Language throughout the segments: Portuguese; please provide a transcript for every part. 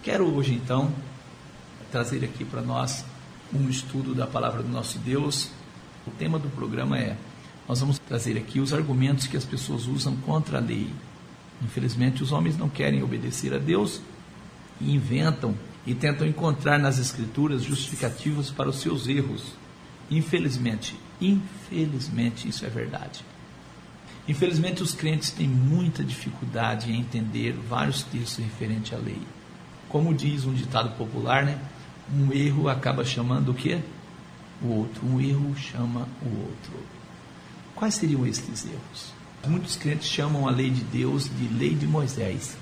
Quero hoje então trazer aqui para nós um estudo da palavra do nosso Deus. O tema do programa nós vamos trazer aqui os argumentos que as pessoas usam contra a lei. Infelizmente os homens não querem obedecer a Deus e inventam e tentam encontrar nas escrituras justificativas para os seus erros. Infelizmente isso é verdade. Infelizmente os crentes têm muita dificuldade em entender vários textos referentes à lei. Como diz um ditado popular, um erro acaba chamando o quê? O outro. Um erro chama o outro. Quais seriam estes erros? Muitos crentes chamam a lei de Deus de lei de Moisés.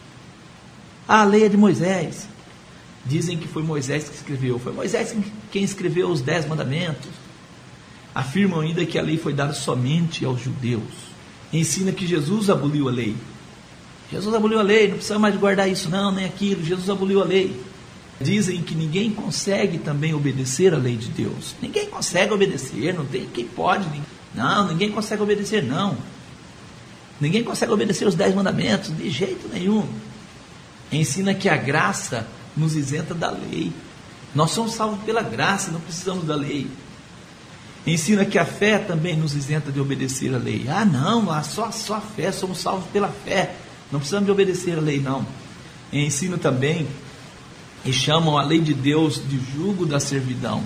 A lei é de Moisés. Dizem que foi Moisés que escreveu. Foi Moisés quem escreveu os 10 mandamentos. Afirmam ainda que a lei foi dada somente aos judeus. Ensina que Jesus aboliu a lei. Jesus aboliu a lei, não precisa mais guardar isso não, nem aquilo. Jesus aboliu a lei. Dizem que ninguém consegue também obedecer a lei de Deus. Ninguém consegue obedecer, não tem quem pode. Não, ninguém consegue obedecer, não. Ninguém consegue obedecer os 10 mandamentos, de jeito nenhum. Ensina que a graça nos isenta da lei. Nós somos salvos pela graça, não precisamos da lei. Ensina que a fé também nos isenta de obedecer a lei. Não, só a fé, somos salvos pela fé. Não precisamos de obedecer a lei, não. Ensina também, e chamam a lei de Deus de jugo da servidão.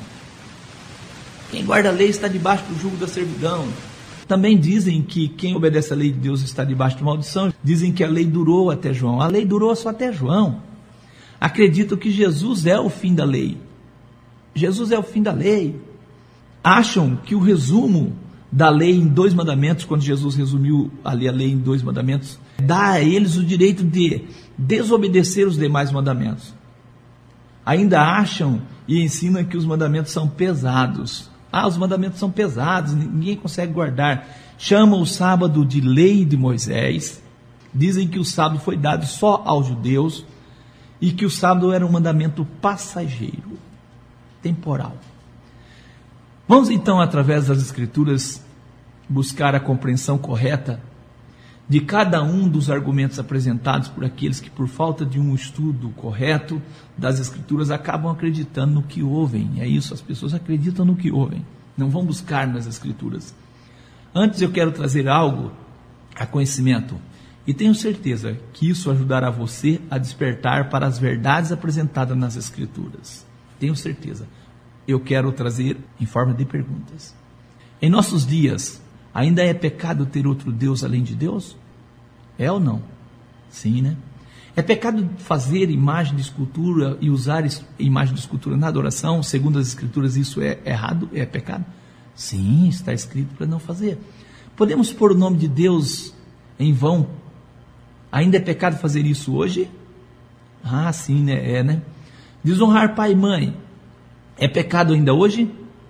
Quem guarda a lei está debaixo do jugo da servidão. Também dizem que quem obedece a lei de Deus está debaixo de maldição. Dizem que a lei durou até João. A lei durou só até João. Acreditam que Jesus é o fim da lei. Jesus é o fim da lei. Acham que o resumo da lei em 2 mandamentos, quando Jesus resumiu ali a lei em 2 mandamentos, dá a eles o direito de desobedecer os demais mandamentos. Ainda acham e ensinam que os mandamentos são pesados. Os mandamentos são pesados, ninguém consegue guardar. Chamam o sábado de lei de Moisés. Dizem que o sábado foi dado só aos judeus e que o sábado era um mandamento passageiro, temporal. Vamos então, através das escrituras, buscar a compreensão correta de cada um dos argumentos apresentados por aqueles que, por falta de um estudo correto das escrituras, acabam acreditando no que ouvem. É isso, as pessoas acreditam no que ouvem, não vão buscar nas escrituras. Antes eu quero trazer algo a conhecimento, e tenho certeza que isso ajudará você a despertar para as verdades apresentadas nas escrituras. Tenho certeza. Eu quero trazer em forma de perguntas. Em nossos dias, ainda é pecado ter outro Deus além de Deus? É ou não? Sim, né? É pecado fazer imagem de escultura e usar imagem de escultura na adoração? Segundo as escrituras, isso é errado? É pecado? Sim, está escrito para não fazer. Podemos pôr o nome de Deus em vão? Ainda é pecado fazer isso hoje? Sim, né? Né? Desonrar pai e mãe é pecado ainda hoje?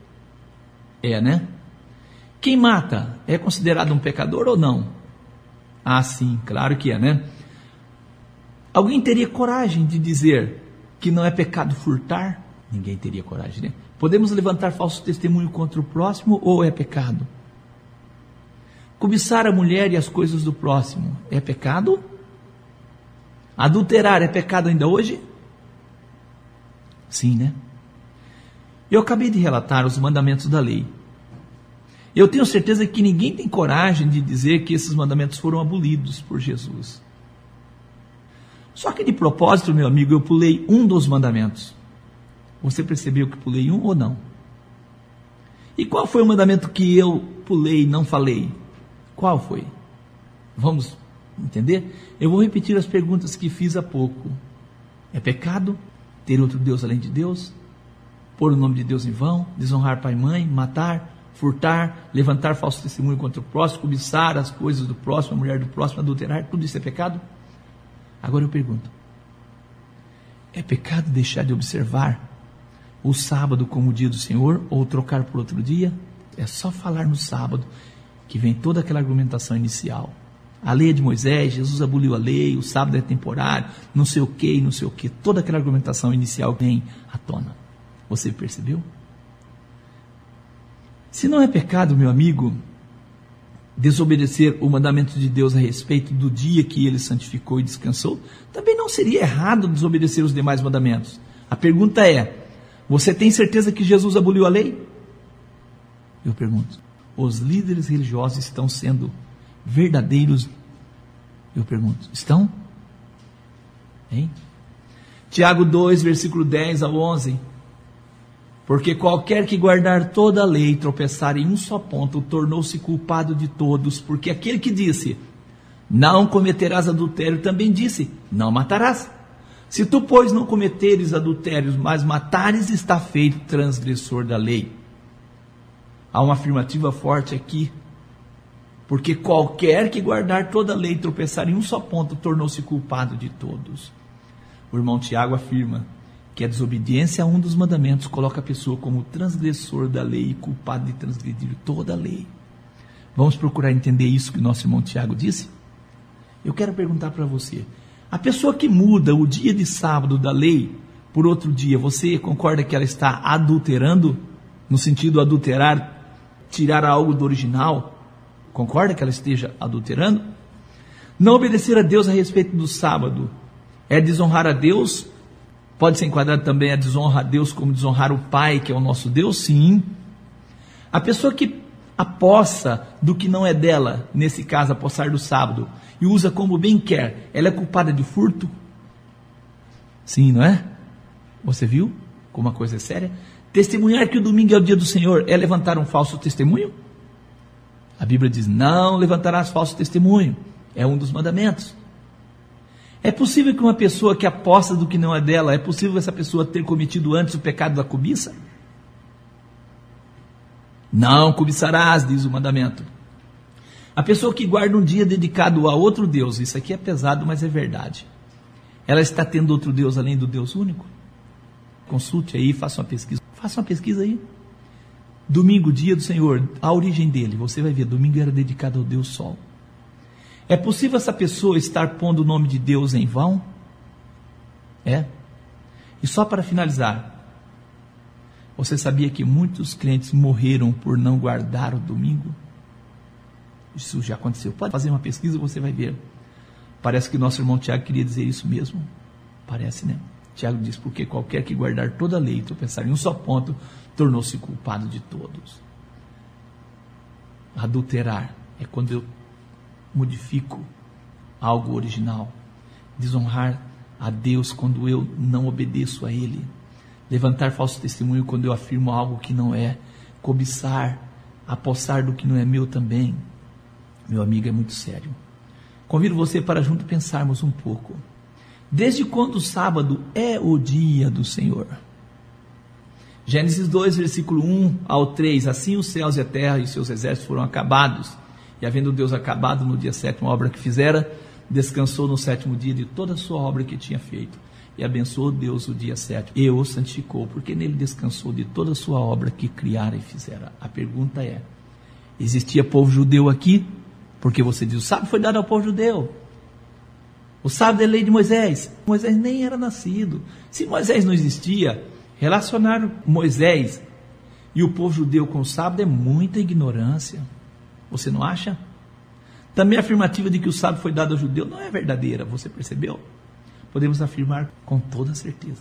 É, né? Quem mata é considerado um pecador ou não? Sim, claro que é, né? Alguém teria coragem de dizer que não é pecado furtar? Ninguém teria coragem, né? Podemos levantar falso testemunho contra o próximo ou é pecado? Cobiçar a mulher e as coisas do próximo é pecado? Adulterar é pecado ainda hoje? Sim, né? Eu acabei de relatar os mandamentos da lei. Eu tenho certeza que ninguém tem coragem de dizer que esses mandamentos foram abolidos por Jesus. Só que de propósito, meu amigo, eu pulei um dos mandamentos. Você percebeu que pulei um ou não? E qual foi o mandamento que eu pulei e não falei? Qual foi? Vamos entender? Eu vou repetir as perguntas que fiz há pouco. É pecado ter outro Deus além de Deus? Pôr o nome de Deus em vão? Desonrar pai e mãe? Matar? Furtar? Levantar falso testemunho contra o próximo? Cobiçar as coisas do próximo, a mulher do próximo? Adulterar? Tudo isso é pecado? Agora eu pergunto, é pecado deixar de observar o sábado como o dia do Senhor ou trocar por outro dia? É só falar no sábado que vem toda aquela argumentação inicial. A lei é de Moisés, Jesus aboliu a lei, o sábado é temporário, não sei o que, toda aquela argumentação inicial vem à tona. Você percebeu? Se não é pecado, meu amigo, desobedecer o mandamento de Deus a respeito do dia que ele santificou e descansou, também não seria errado desobedecer os demais mandamentos. A pergunta é: você tem certeza que Jesus aboliu a lei? Eu pergunto. Os líderes religiosos estão sendo verdadeiros? Eu pergunto. Estão? Hein? Tiago 2, versículo 10 ao 11. Porque qualquer que guardar toda a lei e tropeçar em um só ponto, tornou-se culpado de todos. Porque aquele que disse, não cometerás adultério, também disse, não matarás. Se tu, pois, não cometeres adultérios, mas matares, está feito transgressor da lei. Há uma afirmativa forte aqui. Porque qualquer que guardar toda a lei e tropeçar em um só ponto, tornou-se culpado de todos. O irmão Tiago afirma que a desobediência a um dos mandamentos coloca a pessoa como transgressor da lei e culpado de transgredir toda a lei. Vamos procurar entender isso que o nosso irmão Tiago disse? Eu quero perguntar para você, a pessoa que muda o dia de sábado da lei por outro dia, você concorda que ela está adulterando? No sentido adulterar, tirar algo do original? Concorda que ela esteja adulterando? Não obedecer a Deus a respeito do sábado é desonrar a Deus? Pode ser enquadrado também a desonra a Deus como desonrar o Pai, que é o nosso Deus? Sim. A pessoa que apossa do que não é dela, nesse caso, apossar do sábado, e usa como bem quer, ela é culpada de furto? Sim, não é? Você viu como a coisa é séria? Testemunhar que o domingo é o dia do Senhor é levantar um falso testemunho? A Bíblia diz, não levantarás falso testemunho. É um dos mandamentos. É possível que uma pessoa que aposta do que não é dela, é possível essa pessoa ter cometido antes o pecado da cobiça? Não cobiçarás, diz o mandamento. A pessoa que guarda um dia dedicado a outro Deus, isso aqui é pesado, mas é verdade. Ela está tendo outro Deus além do Deus único? Consulte aí, faça uma pesquisa. Faça uma pesquisa aí. Domingo, dia do Senhor, a origem dele, você vai ver, domingo era dedicado ao Deus Sol. É possível essa pessoa estar pondo o nome de Deus em vão? É. E só para finalizar, você sabia que muitos crentes morreram por não guardar o domingo? Isso já aconteceu. Pode fazer uma pesquisa e você vai ver. Parece que nosso irmão Tiago queria dizer isso mesmo. Parece, né? Tiago diz, porque qualquer que guardar toda a lei e tropeçar em um só ponto, tornou-se culpado de todos. Adulterar é quando eu modifico algo original. Desonrar a Deus quando eu não obedeço a Ele. Levantar falso testemunho quando eu afirmo algo que não é. Cobiçar, apossar do que não é meu também. Meu amigo, é muito sério. Convido você para junto pensarmos um pouco. Desde quando o sábado é o dia do Senhor? Gênesis 2, versículo 1 ao 3. Assim os céus e a terra e seus exércitos foram acabados. E havendo Deus acabado no dia sétimo a obra que fizera, descansou no sétimo dia de toda a sua obra que tinha feito. E abençoou Deus o dia sétimo e o santificou, porque nele descansou de toda a sua obra que criara e fizera. A pergunta é, existia povo judeu aqui? Porque você diz, o sábado foi dado ao povo judeu. O sábado é lei de Moisés. Moisés nem era nascido. Se Moisés não existia, relacionar Moisés e o povo judeu com o sábado é muita ignorância. Você não acha? Também a afirmativa de que o sábado foi dado ao judeu não é verdadeira, você percebeu? Podemos afirmar com toda certeza.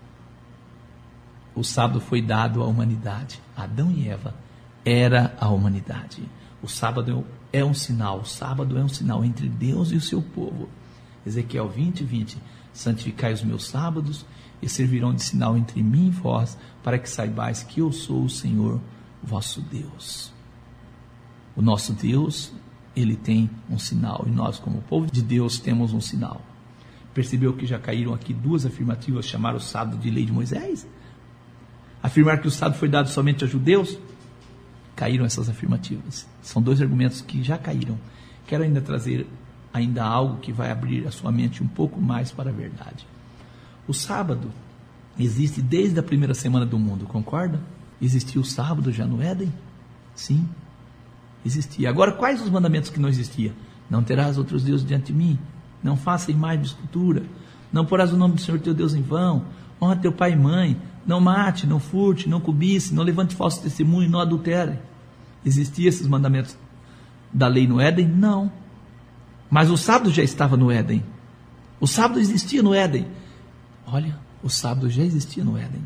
O sábado foi dado à humanidade. Adão e Eva era a humanidade. O sábado é um sinal. O sábado é um sinal entre Deus e o seu povo. Ezequiel 20, 20. Santificai os meus sábados e servirão de sinal entre mim e vós, para que saibais que eu sou o Senhor vosso Deus. O nosso Deus, ele tem um sinal, e nós, como povo de Deus, temos um sinal. Percebeu que já caíram aqui duas afirmativas, chamar o sábado de lei de Moisés? Afirmar que o sábado foi dado somente a judeus? Caíram essas afirmativas. São dois argumentos que já caíram. Quero ainda trazer algo que vai abrir a sua mente um pouco mais para a verdade. O sábado existe desde a primeira semana do mundo, concorda? Existia o sábado já no Éden? Sim. Existia. Agora, quais os mandamentos que não existiam? Não terás outros deuses diante de mim. Não faça imagem de escultura. Não porás o nome do Senhor teu Deus em vão. Honra teu pai e mãe. Não mate, não furte, não cobice, não levante falso testemunho, não adultere. Existiam esses mandamentos da lei no Éden? Não. Mas o sábado já estava no Éden. O sábado existia no Éden. Olha, o sábado já existia no Éden.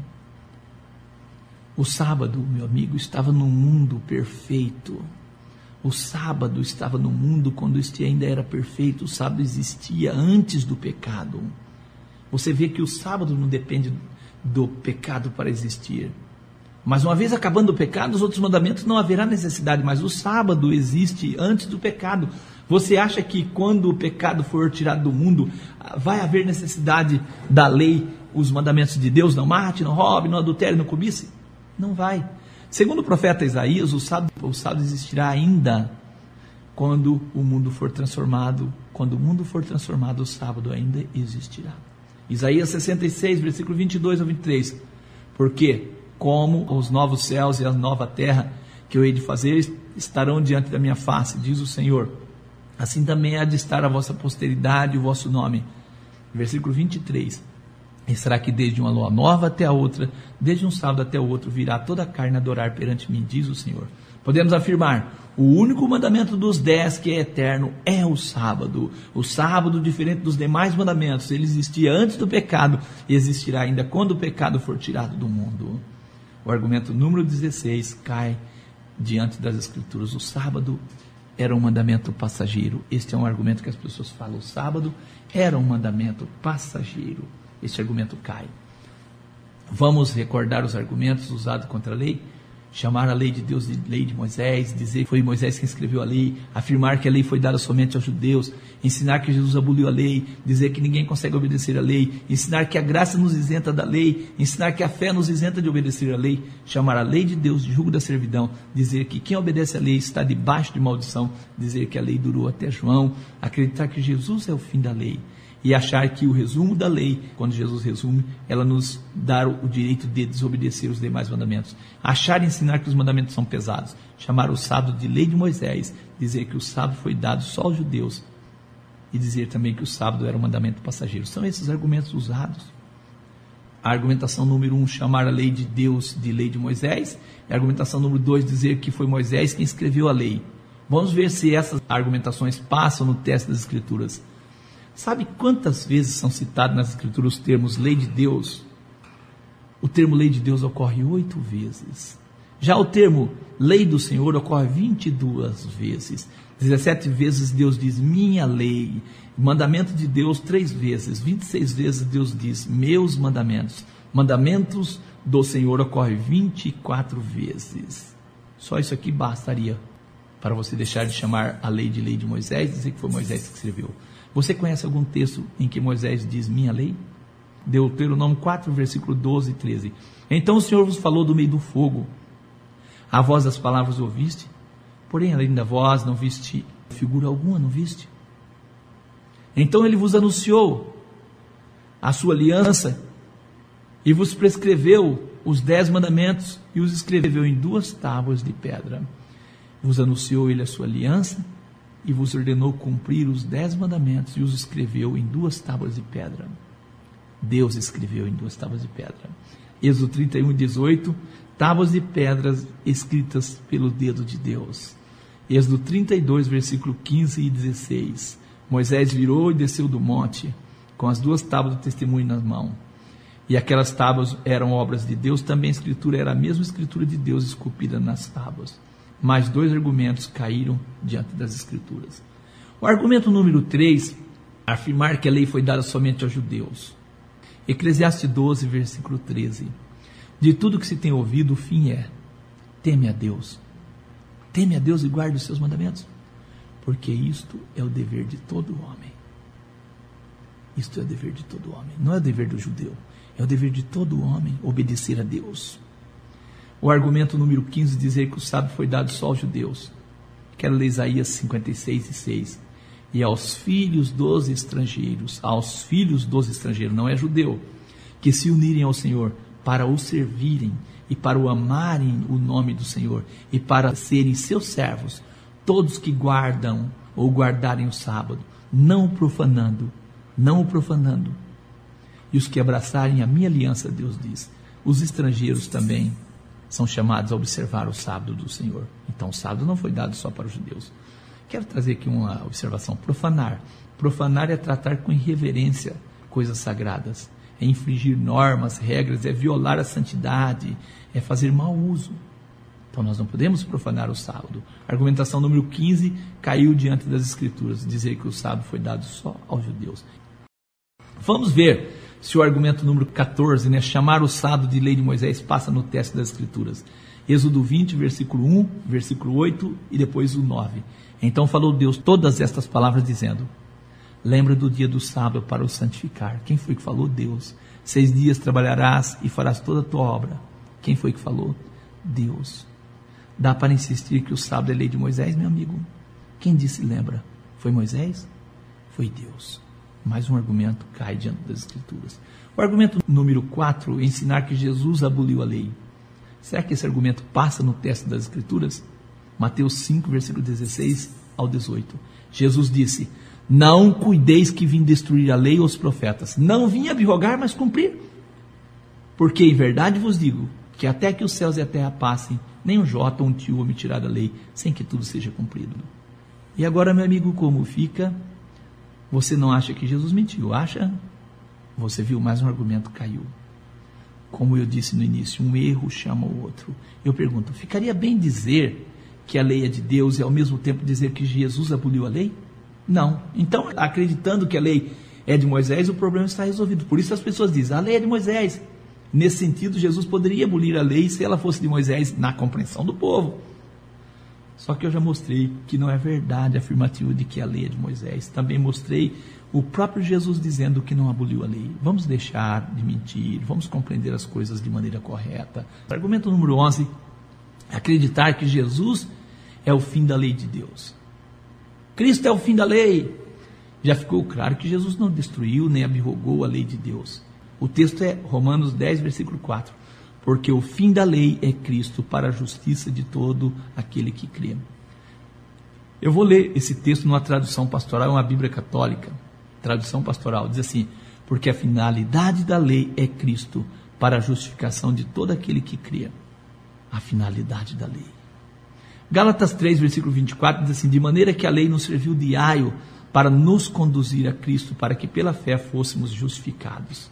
O sábado, meu amigo, estava no mundo perfeito. O sábado estava no mundo quando este ainda era perfeito. O sábado existia antes do pecado. Você vê que o sábado não depende do pecado para existir. Mas uma vez acabando o pecado, os outros mandamentos não haverá necessidade. Mas o sábado existe antes do pecado. Você acha que quando o pecado for tirado do mundo, vai haver necessidade da lei, os mandamentos de Deus? Não mate, não roube, não adultere, não cobice? Não vai. Segundo o profeta Isaías, o sábado existirá ainda quando o mundo for transformado. Quando o mundo for transformado, o sábado ainda existirá. Isaías 66, versículo 22 ao 23. Porque como os novos céus e a nova terra que eu hei de fazer estarão diante da minha face, diz o Senhor, assim também há de estar a vossa posteridade e o vosso nome. Versículo 23. E será que desde uma lua nova até a outra, desde um sábado até o outro, virá toda a carne adorar perante mim, diz o Senhor. Podemos afirmar, o único mandamento dos 10 que é eterno é o sábado. O sábado, diferente dos demais mandamentos, ele existia antes do pecado e existirá ainda quando o pecado for tirado do mundo. O argumento número 16 cai diante das Escrituras. O sábado era um mandamento passageiro. Este é um argumento que as pessoas falam. O sábado era um mandamento passageiro. Este argumento cai. Vamos recordar os argumentos usados contra a lei? Chamar a lei de Deus de lei de Moisés, dizer que foi Moisés quem escreveu a lei, afirmar que a lei foi dada somente aos judeus, ensinar que Jesus aboliu a lei, dizer que ninguém consegue obedecer a lei, ensinar que a graça nos isenta da lei, ensinar que a fé nos isenta de obedecer a lei, chamar a lei de Deus de jugo da servidão, dizer que quem obedece a lei está debaixo de maldição, dizer que a lei durou até João, acreditar que Jesus é o fim da lei. E achar que o resumo da lei, quando Jesus resume, ela nos dá o direito de desobedecer os demais mandamentos. Achar e ensinar que os mandamentos são pesados. Chamar o sábado de lei de Moisés. Dizer que o sábado foi dado só aos judeus. E dizer também que o sábado era um mandamento passageiro. São esses argumentos usados. A argumentação número 1, chamar a lei de Deus de lei de Moisés. E a argumentação número 2, dizer que foi Moisés quem escreveu a lei. Vamos ver se essas argumentações passam no teste das Escrituras. Sabe quantas vezes são citados nas Escrituras os termos lei de Deus? O termo lei de Deus ocorre 8 vezes. Já o termo lei do Senhor ocorre 22 vezes. 17 vezes Deus diz minha lei. Mandamento de Deus 3 vezes. 26 vezes Deus diz meus mandamentos. Mandamentos do Senhor ocorre 24 vezes. Só isso aqui bastaria para você deixar de chamar a lei de Moisés e dizer que foi Moisés que escreveu. Você conhece algum texto em que Moisés diz minha lei? Deuteronômio 4, versículo 12 e 13. Então o Senhor vos falou do meio do fogo. A voz das palavras ouviste, porém além da voz não viste figura alguma, não viste? Então ele vos anunciou a sua aliança e vos prescreveu os 10 mandamentos e os escreveu em 2 tábuas de pedra. Vos anunciou ele a sua aliança e vos ordenou cumprir os 10 mandamentos e os escreveu em 2 tábuas de pedra. Deus escreveu em 2 tábuas de pedra. Êxodo 31, 18, tábuas de pedras escritas pelo dedo de Deus. Êxodo 32, versículo 15 e 16. Moisés virou e desceu do monte, com as 2 tábuas do testemunho nas mãos. E aquelas tábuas eram obras de Deus, também a escritura era a mesma escritura de Deus esculpida nas tábuas. Mais 2 argumentos caíram diante das Escrituras. O argumento número 3, afirmar que a lei foi dada somente aos judeus. Eclesiastes 12, versículo 13. De tudo que se tem ouvido, o fim é: teme a Deus. Teme a Deus e guarde os seus mandamentos, porque isto é o dever de todo homem. Isto é o dever de todo homem. Não é o dever do judeu, é o dever de todo homem obedecer a Deus. O argumento número 15, dizer que o sábado foi dado só aos judeus. Quero ler Isaías 56 e 6. E aos filhos dos estrangeiros, não é judeu, que se unirem ao Senhor para o servirem e para o amarem o nome do Senhor e para serem seus servos, todos que guardam ou guardarem o sábado, não o profanando, e os que abraçarem a minha aliança, Deus diz. Os estrangeiros também são chamados a observar o sábado do Senhor. Então o sábado não foi dado só para os judeus. Quero trazer aqui uma observação. Profanar. Profanar é tratar com irreverência coisas sagradas. É infringir normas, regras, é violar a santidade, é fazer mau uso. Então nós não podemos profanar o sábado. A argumentação número 15 caiu diante das Escrituras, dizer que o sábado foi dado só aos judeus. Vamos ver se o argumento número 14, chamar o sábado de lei de Moisés, passa no teste das Escrituras. Êxodo 20, versículo 1, versículo 8 e depois o 9. Então falou Deus todas estas palavras dizendo: lembra do dia do sábado para o santificar. Quem foi que falou? Deus. 6 dias trabalharás e farás toda a tua obra. Quem foi que falou? Deus. Dá para insistir que o sábado é lei de Moisés, meu amigo? Quem disse lembra? Foi Moisés? Foi Deus. Mais um argumento cai diante das Escrituras. O argumento número 4, ensinar que Jesus aboliu a lei. Será que esse argumento passa no teste das Escrituras? Mateus 5, versículo 16 ao 18. Jesus disse: não cuideis que vim destruir a lei ou os profetas. Não vim abrogar, mas cumprir. Porque em verdade vos digo, que até que os céus e a terra passem, nem um jota ou um tio omitirá da lei, sem que tudo seja cumprido. E agora, meu amigo, como fica? Você não acha que Jesus mentiu? Acha? Você viu, mais um argumento caiu. Como eu disse no início, um erro chama o outro. Eu pergunto, ficaria bem dizer que a lei é de Deus e ao mesmo tempo dizer que Jesus aboliu a lei? Não. Então, acreditando que a lei é de Moisés, o problema está resolvido. Por isso as pessoas dizem, a lei é de Moisés. Nesse sentido, Jesus poderia abolir a lei se ela fosse de Moisés na compreensão do povo. Só que eu já mostrei que não é verdade a afirmativa de que a lei é de Moisés. Também mostrei o próprio Jesus dizendo que não aboliu a lei. Vamos deixar de mentir, vamos compreender as coisas de maneira correta. Argumento número 11, acreditar que Jesus é o fim da lei de Deus. Cristo é o fim da lei. Já ficou claro que Jesus não destruiu nem abrogou a lei de Deus. O texto é Romanos 10, versículo 4. Porque o fim da lei é Cristo para a justiça de todo aquele que crê. Eu vou ler esse texto numa tradução pastoral, uma Bíblia católica. Tradução pastoral, diz assim: porque a finalidade da lei é Cristo para a justificação de todo aquele que crê. A finalidade da lei. Gálatas 3, versículo 24, diz assim: de maneira que a lei nos serviu de aio para nos conduzir a Cristo, para que pela fé fôssemos justificados.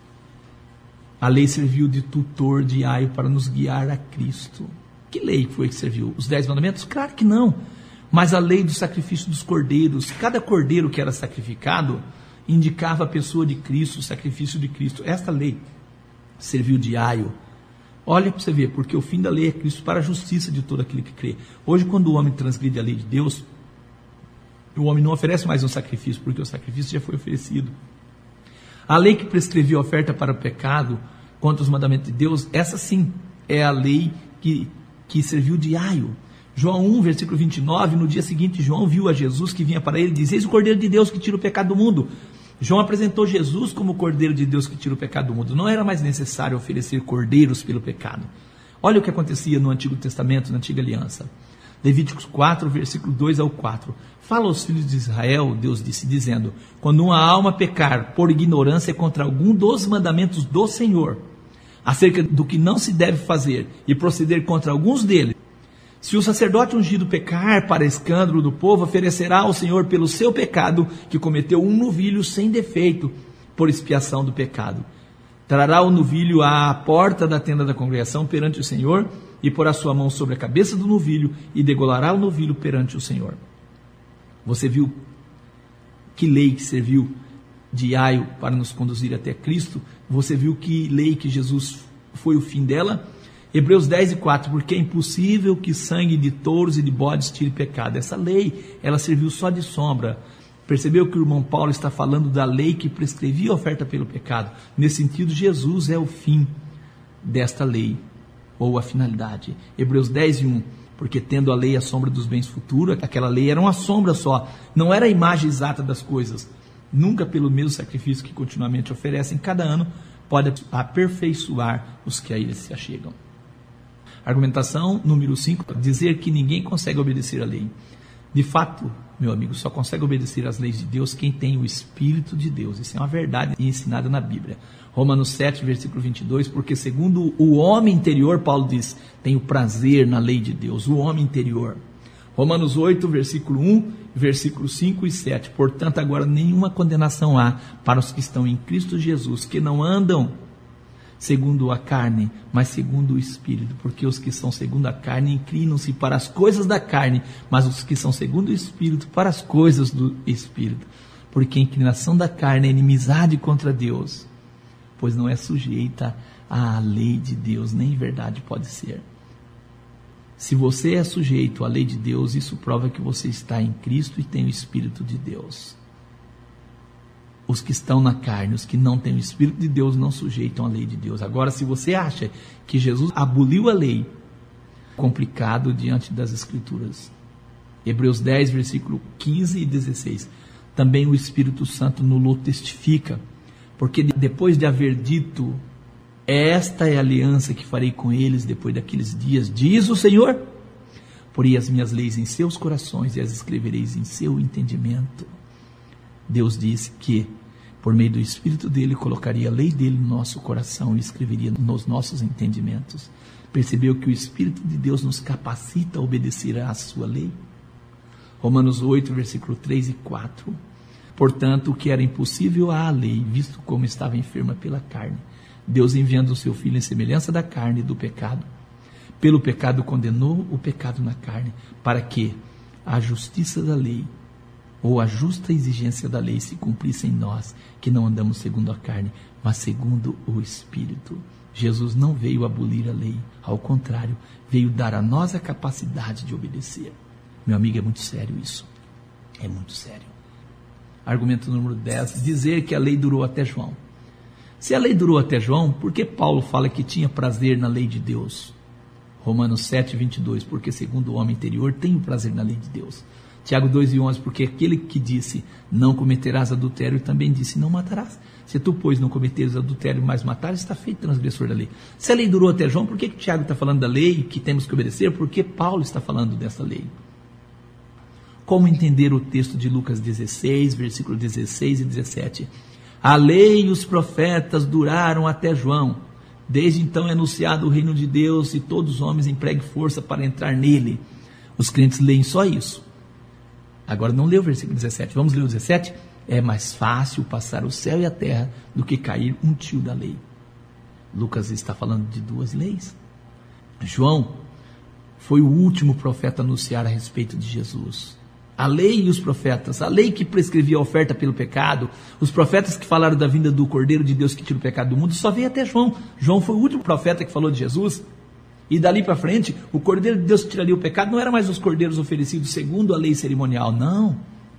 A lei serviu de tutor, de aio para nos guiar a Cristo. Que lei foi que serviu? Os 10 mandamentos? Claro que não. Mas a lei do sacrifício dos cordeiros. Cada cordeiro que era sacrificado indicava a pessoa de Cristo, o sacrifício de Cristo. Esta lei serviu de aio. Olha para você ver, porque o fim da lei é Cristo para a justiça de todo aquele que crê. Hoje, quando o homem transgride a lei de Deus, o homem não oferece mais um sacrifício, porque o sacrifício já foi oferecido. A lei que prescrevia a oferta para o pecado, contra os mandamentos de Deus, essa sim é a lei que serviu de aio. João 1, versículo 29, no dia seguinte João viu a Jesus que vinha para ele e disse: eis o Cordeiro de Deus que tira o pecado do mundo. João apresentou Jesus como o Cordeiro de Deus que tira o pecado do mundo. Não era mais necessário oferecer cordeiros pelo pecado. Olha o que acontecia no Antigo Testamento, na Antiga Aliança. Levíticos 4, versículo 2 ao 4. Fala aos filhos de Israel, Deus disse, dizendo: quando uma alma pecar por ignorância contra algum dos mandamentos do Senhor, acerca do que não se deve fazer, e proceder contra alguns deles, se o sacerdote ungido pecar para escândalo do povo, oferecerá ao Senhor pelo seu pecado, que cometeu um novilho sem defeito, por expiação do pecado. Trará o novilho à porta da tenda da congregação perante o Senhor, e porá sua mão sobre a cabeça do novilho, e degolará o novilho perante o Senhor. Você viu que lei que serviu de aio para nos conduzir até Cristo? Você viu que lei que Jesus foi o fim dela? Hebreus 10 e 4, porque é impossível que sangue de touros e de bodes tire pecado. Essa lei, ela serviu só de sombra. Percebeu que o irmão Paulo está falando da lei que prescrevia a oferta pelo pecado? Nesse sentido, Jesus é o fim desta lei, ou a finalidade. Hebreus 10 e 1, porque tendo a lei a sombra dos bens futuros, aquela lei era uma sombra só, não era a imagem exata das coisas. Nunca pelo mesmo sacrifício que continuamente oferecem cada ano, pode aperfeiçoar os que a ele se achegam. Argumentação número 5, dizer que ninguém consegue obedecer à lei. De fato, meu amigo, só consegue obedecer às leis de Deus quem tem o Espírito de Deus. Isso é uma verdade ensinada na Bíblia. Romanos 7, versículo 22, porque segundo o homem interior, Paulo diz, tem o prazer na lei de Deus, o homem interior. Romanos 8, versículo 1, versículo 5 e 7. Portanto, agora nenhuma condenação há para os que estão em Cristo Jesus, que não andam segundo a carne, mas segundo o Espírito. Porque os que são segundo a carne inclinam-se para as coisas da carne, mas os que são segundo o Espírito, para as coisas do Espírito. Porque a inclinação da carne é inimizade contra Deus, pois não é sujeita à lei de Deus, nem em verdade pode ser. Se você é sujeito à lei de Deus, isso prova que você está em Cristo e tem o Espírito de Deus. Os que estão na carne, os que não têm o Espírito de Deus, não sujeitam à lei de Deus. Agora, se você acha que Jesus aboliu a lei, complicado diante das Escrituras. Hebreus 10, versículo 15 e 16. Também o Espírito Santo nos testifica, porque depois de haver dito: esta é a aliança que farei com eles depois daqueles dias, diz o Senhor, porei as minhas leis em seus corações e as escrevereis em seu entendimento. Deus disse que, por meio do Espírito dele, colocaria a lei dele no nosso coração e escreveria nos nossos entendimentos. Percebeu que o Espírito de Deus nos capacita a obedecer à sua lei? Romanos 8, versículo 3 e 4. Portanto, o que era impossível à lei, visto como estava enferma pela carne, Deus, enviando o seu Filho em semelhança da carne e do pecado, pelo pecado condenou o pecado na carne, para que a justiça da lei, ou a justa exigência da lei, se cumprisse em nós, que não andamos segundo a carne, mas segundo o Espírito. Jesus não veio abolir a lei, ao contrário, veio dar a nós a capacidade de obedecer. Meu amigo, é muito sério isso. É muito sério. Argumento número 10, dizer que a lei durou até João. Se a lei durou até João, por que Paulo fala que tinha prazer na lei de Deus? Romanos 7, 22, porque segundo o homem interior tenho prazer na lei de Deus. Tiago 2 e 11, porque aquele que disse, não cometerás adultério, também disse, não matarás. Se tu, pois, não cometeres adultério, mas matares, está feito transgressor da lei. Se a lei durou até João, por que Tiago está falando da lei, que temos que obedecer? Por que Paulo está falando dessa lei? Como entender o texto de Lucas 16, versículo 16 e 17? A lei e os profetas duraram até João. Desde então é anunciado o reino de Deus e todos os homens empreguem força para entrar nele. Os crentes leem só isso. Agora não lê o versículo 17. Vamos ler o 17? É mais fácil passar o céu e a terra do que cair um tio da lei. Lucas está falando de duas leis. João foi o último profeta a anunciar a respeito de Jesus. A lei e os profetas, a lei que prescrevia a oferta pelo pecado, os profetas que falaram da vinda do Cordeiro de Deus que tira o pecado do mundo, só veio até João. João foi o último profeta que falou de Jesus. E dali para frente, o Cordeiro de Deus que tiraria o pecado não era mais os cordeiros oferecidos segundo a lei cerimonial, não.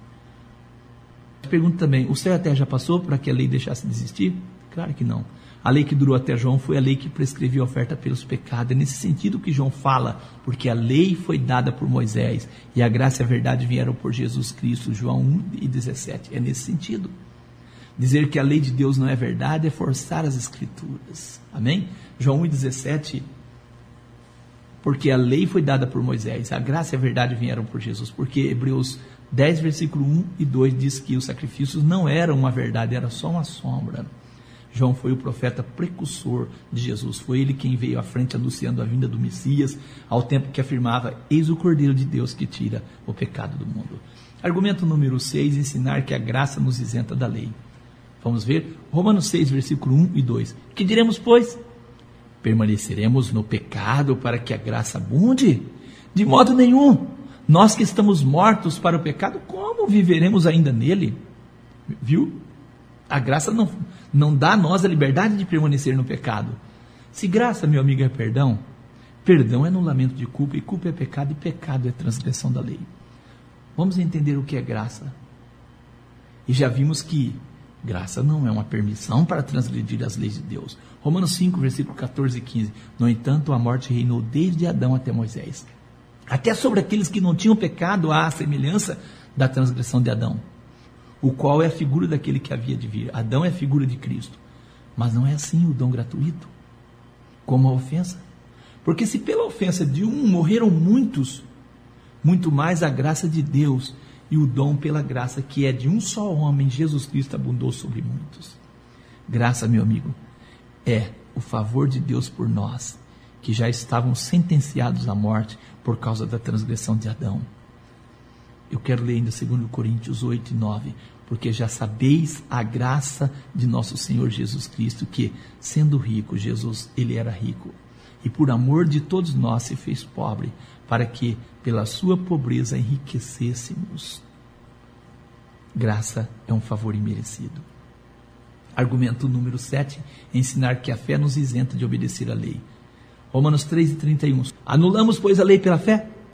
Pergunto também, o céu e a terra já passou para que a lei deixasse de existir? Claro que não. A lei que durou até João foi a lei que prescrevia a oferta pelos pecados. É nesse sentido que João fala, porque a lei foi dada por Moisés e a graça e a verdade vieram por Jesus Cristo, João 1 e 17. É nesse sentido. Dizer que a lei de Deus não é verdade é forçar as Escrituras. Amém? João 1 e 17, porque a lei foi dada por Moisés, a graça e a verdade vieram por Jesus. Porque Hebreus 10, versículo 1 e 2 diz que os sacrifícios não eram uma verdade, era só uma sombra. João foi o profeta precursor de Jesus, foi ele quem veio à frente anunciando a vinda do Messias, ao tempo que afirmava, eis o Cordeiro de Deus que tira o pecado do mundo. Argumento número 6, ensinar que a graça nos isenta da lei. Vamos ver, Romanos 6, versículo 1 e 2. Que diremos, pois? Permaneceremos no pecado para que a graça abunde? De modo nenhum. Nós que estamos mortos para o pecado, como viveremos ainda nele? Viu? A graça não dá a nós a liberdade de permanecer no pecado. Se graça, meu amigo, é perdão, perdão é anulamento de culpa, e culpa é pecado, e pecado é transgressão da lei. Vamos entender o que é graça. E já vimos que graça não é uma permissão para transgredir as leis de Deus. Romanos 5, versículo 14 e 15. No entanto, a morte reinou desde Adão até Moisés. Até sobre aqueles que não tinham pecado, há a semelhança da transgressão de Adão, o qual é a figura daquele que havia de vir. Adão é a figura de Cristo. Mas não é assim o dom gratuito, como a ofensa. Porque se pela ofensa de um morreram muitos, muito mais a graça de Deus e o dom pela graça que é de um só homem, Jesus Cristo, abundou sobre muitos. Graça, meu amigo, é o favor de Deus por nós, que já estavam sentenciados à morte por causa da transgressão de Adão. Eu quero ler ainda 2 Coríntios 8 e 9. Porque já sabeis a graça de nosso Senhor Jesus Cristo, que, sendo rico, Jesus, ele era rico. E por amor de todos nós se fez pobre, para que, pela sua pobreza, enriquecêssemos. Graça é um favor imerecido. Argumento número 7, ensinar que a fé nos isenta de obedecer à lei. Romanos 3 e 31. Anulamos, pois, a lei pela fé?